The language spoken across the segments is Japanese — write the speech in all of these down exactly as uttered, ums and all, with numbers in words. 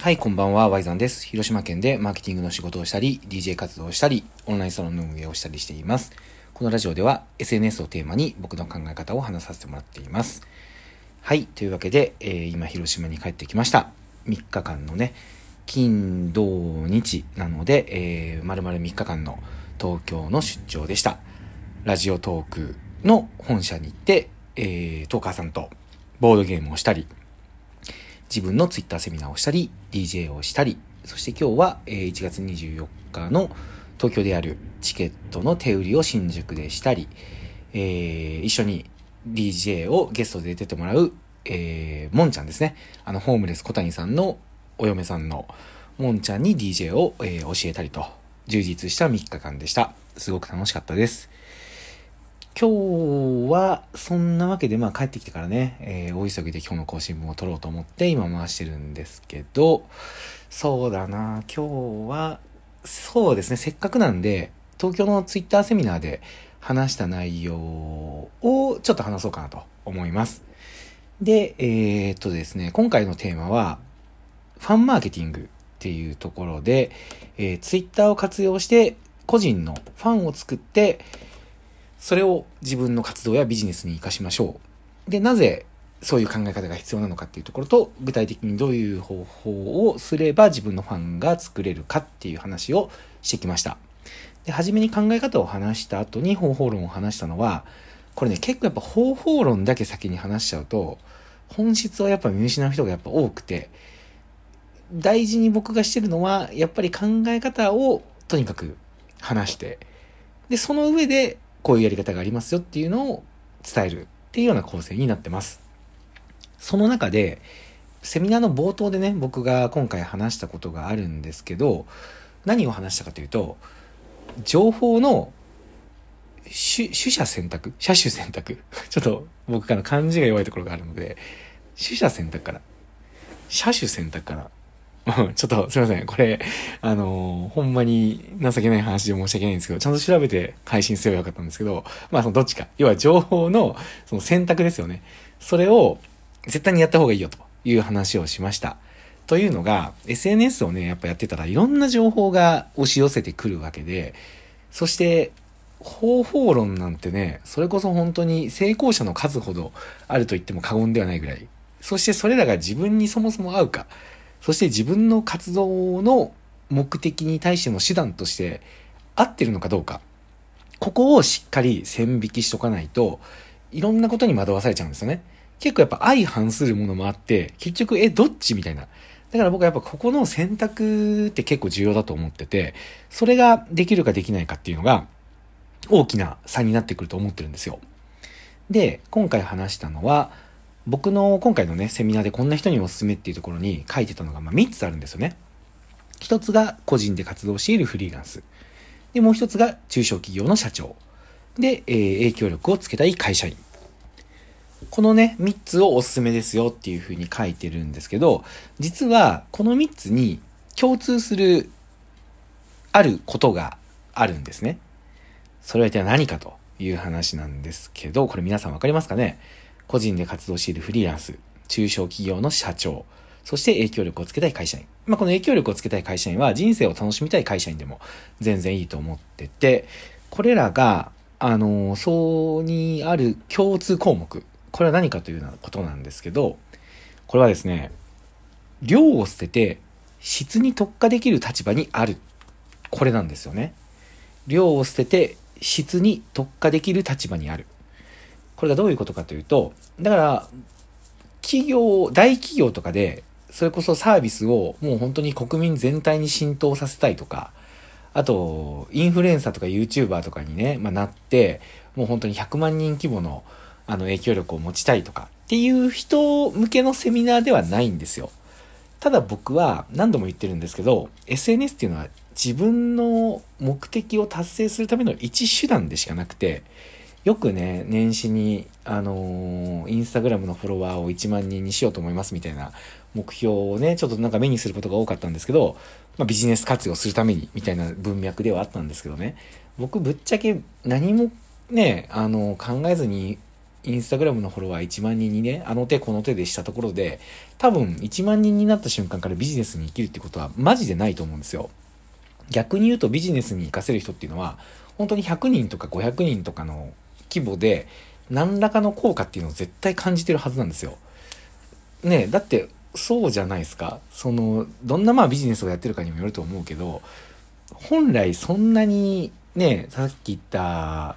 はい、こんばんは、ワイザンです。広島県でマーケティングの仕事をしたり、ディージェー 活動をしたり、オンラインサロンの運営をしたりしています。このラジオでは エスエヌエス をテーマに僕の考え方を話させてもらっています。はい、というわけで、えー、今広島に帰ってきました。みっかかんのね、金土日なので、えー、丸々みっかかんの東京の出張でした。ラジオトークの本社に行って、えー、トーカーさんとボードゲームをしたり、自分のツイッターセミナーをしたり、ディージェー をしたり、そして今日はいちがつにじゅうよっかの東京であるチケットの手売りを新宿でしたり、えー、一緒に ディージェー をゲストで出てってもらう、えー、もんちゃんですね。あの、ホームレス小谷さんのお嫁さんのもんちゃんに ディージェー を、えー、教えたりと、充実したみっかかんでした。すごく楽しかったです。今日はそんなわけでまあ帰ってきてからね、えー、大急ぎで今日の更新文を撮ろうと思って今回してるんですけど、そうだな、今日はそうですね、せっかくなんで東京のツイッターセミナーで話した内容をちょっと話そうかなと思います。で、えー、っとですね、今回のテーマはファンマーケティングっていうところで、えー、ツイッターを活用して個人のファンを作ってそれを自分の活動やビジネスに活かしましょう。で、なぜそういう考え方が必要なのかっていうところと、具体的にどういう方法をすれば自分のファンが作れるかっていう話をしてきました。で、初めに考え方を話した後に方法論を話したのは、これね、結構やっぱ方法論だけ先に話しちゃうと、本質をやっぱ見失う人がやっぱ多くて、大事に僕がしてるのは、やっぱり考え方をとにかく話して、で、その上で、こういうやり方がありますよっていうのを伝えるっていうような構成になってます。その中で、セミナーの冒頭でね、僕が今回話したことがあるんですけど、何を話したかというと、情報の取捨選択車種選択ちょっと僕から漢字が弱いところがあるので、取捨選択から、車種選択から、ちょっとすいません。これ、あのー、ほんまに情けない話で申し訳ないんですけど、ちゃんと調べて配信すればよかったんですけど、まあそのどっちか。要は情報のその選択ですよね。それを絶対にやった方がいいよという話をしました。というのが、エスエヌエス をね、やっぱやってたらいろんな情報が押し寄せてくるわけで、そして方法論なんてね、それこそ本当に成功者の数ほどあると言っても過言ではないぐらい。そしてそれらが自分にそもそも合うか。そして自分の活動の目的に対しての手段として合ってるのかどうか。ここをしっかり線引きしとかないと、いろんなことに惑わされちゃうんですよね。結構やっぱ相反するものもあって、結局、え、どっちみたいな。だから僕はやっぱここの選択って結構重要だと思ってて、それができるかできないかっていうのが大きな差になってくると思ってるんですよ。で、今回話したのは、僕の今回のね、セミナーでこんな人におすすめっていうところに書いてたのが、まあ、みっつあるんですよね。一つが個人で活動しているフリーランス。で、もう一つが中小企業の社長。で、えー、影響力をつけたい会社員。このね、みっつをおすすめですよっていうふうに書いてるんですけど、実はこのみっつに共通するあることがあるんですね。それは一体何かという話なんですけど、これ皆さんわかりますかね？個人で活動しているフリーランス、中小企業の社長、そして影響力をつけたい会社員。まあ、この影響力をつけたい会社員は人生を楽しみたい会社員でも全然いいと思ってて、これらが、あの、そうにある共通項目。これは何かというようなことなんですけど、これはですね、量を捨てて質に特化できる立場にある。これなんですよね。量を捨てて質に特化できる立場にある。これがどういうことかというと、だから、企業、大企業とかで、それこそサービスをもう本当に国民全体に浸透させたいとか、あと、インフルエンサーとか YouTuber とかにね、まあ、なって、もう本当にひゃくまんにん規模の、あの、影響力を持ちたいとかっていう人向けのセミナーではないんですよ。ただ僕は何度も言ってるんですけど、エスエヌエス っていうのは自分の目的を達成するための一手段でしかなくて、よくね、年始に、あのー、インスタグラムのフォロワーをいちまんにんにしようと思いますみたいな目標をね、ちょっとなんか目にすることが多かったんですけど、まあ、ビジネス活用するためにみたいな文脈ではあったんですけどね、僕ぶっちゃけ何もね、あの、考えずにインスタグラムのフォロワーいちまんにんにね、あの手この手でしたところで、多分いちまんにんになった瞬間からビジネスに生きるってことはマジでないと思うんですよ。逆に言うとビジネスに活かせる人っていうのは、本当にひゃくにんとかごひゃくにんとかの規模で、何らかの効果っていうのを絶対感じてるはずなんですよ。ねえ、だってそうじゃないですか。その、どんなまあビジネスをやってるかにもよると思うけど、本来そんなにね、さっき言った、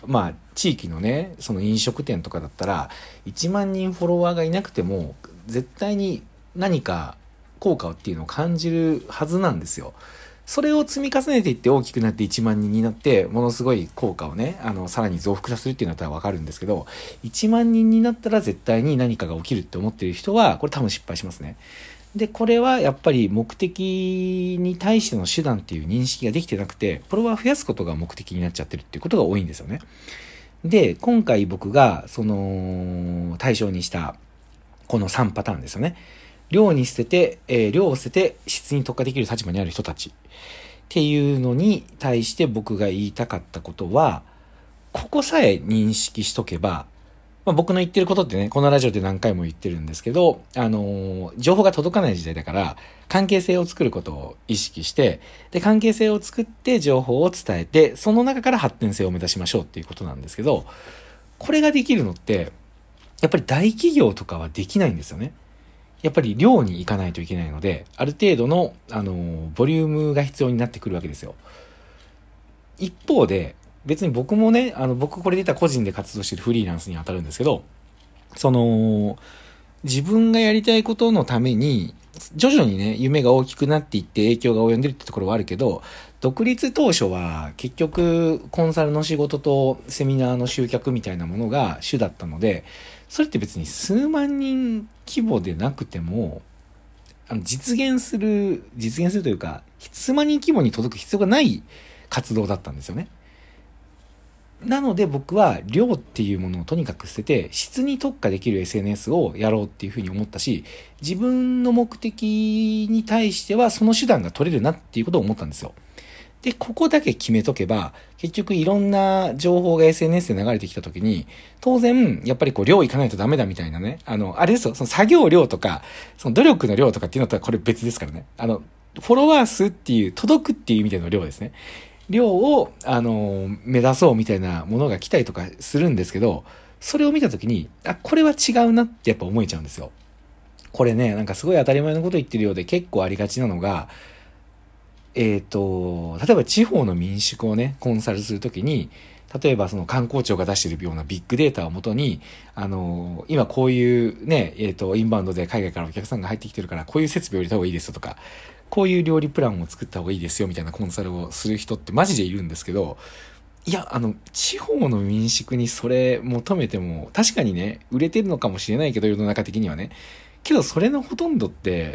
まあ、地域のね、その飲食店とかだったら、いちまんにんフォロワーがいなくても、絶対に何か効果っていうのを感じるはずなんですよ。それを積み重ねていって大きくなっていちまんにんになって、ものすごい効果をね、あの、さらに増幅させるっていうのだったらわかるんですけど、いちまんにんになったら絶対に何かが起きるって思ってる人は、これ多分失敗しますね。で、これはやっぱり目的に対しての手段っていう認識ができてなくて、フォロワー増やすことが目的になっちゃってるっていうことが多いんですよね。で、今回僕が、その、対象にした、このさんパターンですよね。量に捨てて、えー、量を捨てて質に特化できる立場にある人たちっていうのに対して僕が言いたかったことは、ここさえ認識しとけば、まあ、僕の言ってることってね、このラジオで何回も言ってるんですけど、あのー、情報が届かない時代だから、関係性を作ることを意識して、で、関係性を作って情報を伝えて、その中から発展性を目指しましょうっていうことなんですけど、これができるのって、やっぱり大企業とかはできないんですよね。やっぱり量に行かないといけないので、ある程度の、あのー、ボリュームが必要になってくるわけですよ。一方で、別に僕もね、あの、僕これで言ったら個人で活動してるフリーランスに当たるんですけど、その、自分がやりたいことのために、徐々にね、夢が大きくなっていって影響が及んでるってところはあるけど、独立当初は結局コンサルの仕事とセミナーの集客みたいなものが主だったので、それって別に数万人規模でなくても、あの実現する、実現するというか、数万人規模に届く必要がない活動だったんですよね。なので僕は量っていうものをとにかく捨てて質に特化できる エスエヌエス をやろうっていうふうに思ったし、自分の目的に対してはその手段が取れるなっていうことを思ったんですよ。で、ここだけ決めとけば、結局いろんな情報が エスエヌエス で流れてきたときに、当然、やっぱりこう量行かないとダメだみたいなね、あの、あれですよ、その作業量とか、その努力の量とかっていうのとはこれ別ですからね。あの、フォロワー数っていう、届くっていう意味での量ですね。量を、あの、目指そうみたいなものが来たりとかするんですけど、それを見たときに、あ、これは違うなってやっぱ思えちゃうんですよ。これね、なんかすごい当たり前のこと言ってるようで結構ありがちなのが、えっと、例えば地方の民宿をね、コンサルするときに、例えばその観光庁が出しているようなビッグデータをもとに、あの、今こういうね、えっと、インバウンドで海外からお客さんが入ってきてるから、こういう設備を入れた方がいいですよとか、こういう料理プランを作った方がいいですよみたいなコンサルをする人ってマジでいるんですけど、いや、あの、地方の民宿にそれ求めても、確かにね、売れてるのかもしれないけど、世の中的にはね。けど、それのほとんどって、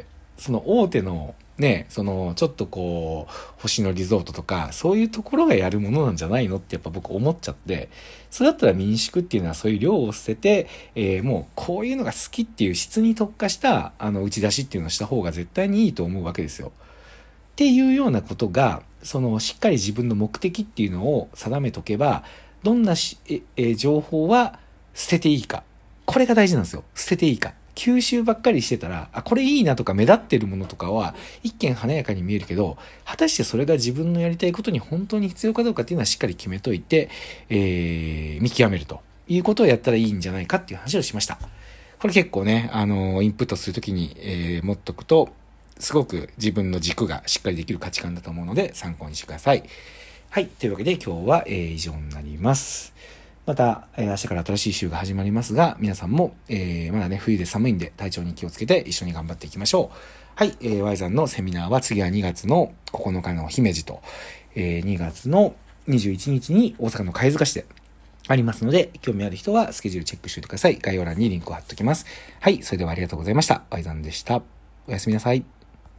その大手の、ね、その、ちょっとこう、星野リゾートとか、そういうところがやるものなんじゃないのってやっぱ僕思っちゃって、それだったら民宿っていうのはそういう量を捨てて、えー、もうこういうのが好きっていう質に特化した、あの、打ち出しっていうのをした方が絶対にいいと思うわけですよ。っていうようなことが、その、しっかり自分の目的っていうのを定めとけば、どんなし、え、え、情報は捨てていいか。これが大事なんですよ。捨てていいか。吸収ばっかりしてたら、あ、これいいなとか目立ってるものとかは、一見華やかに見えるけど、果たしてそれが自分のやりたいことに本当に必要かどうかっていうのはしっかり決めといて、えー、見極めるということをやったらいいんじゃないかっていう話をしました。これ結構ね、あの、インプットするときに、えー、持っとくと、すごく自分の軸がしっかりできる価値観だと思うので参考にしてください。はい。というわけで今日は、えー、以上になります。また、えー、明日から新しい週が始まりますが、皆さんも、えー、まだね、冬で寒いんで体調に気をつけて一緒に頑張っていきましょう。はい。えー、Y さんのセミナーは次はにがつのここのかの姫路と、えー、にがつのにじゅういちにちに大阪の貝塚市でありますので、興味ある人はスケジュールチェックしておいてください。概要欄にリンクを貼っておきます。はい。それではありがとうございました。Y さんでした。おやすみなさい。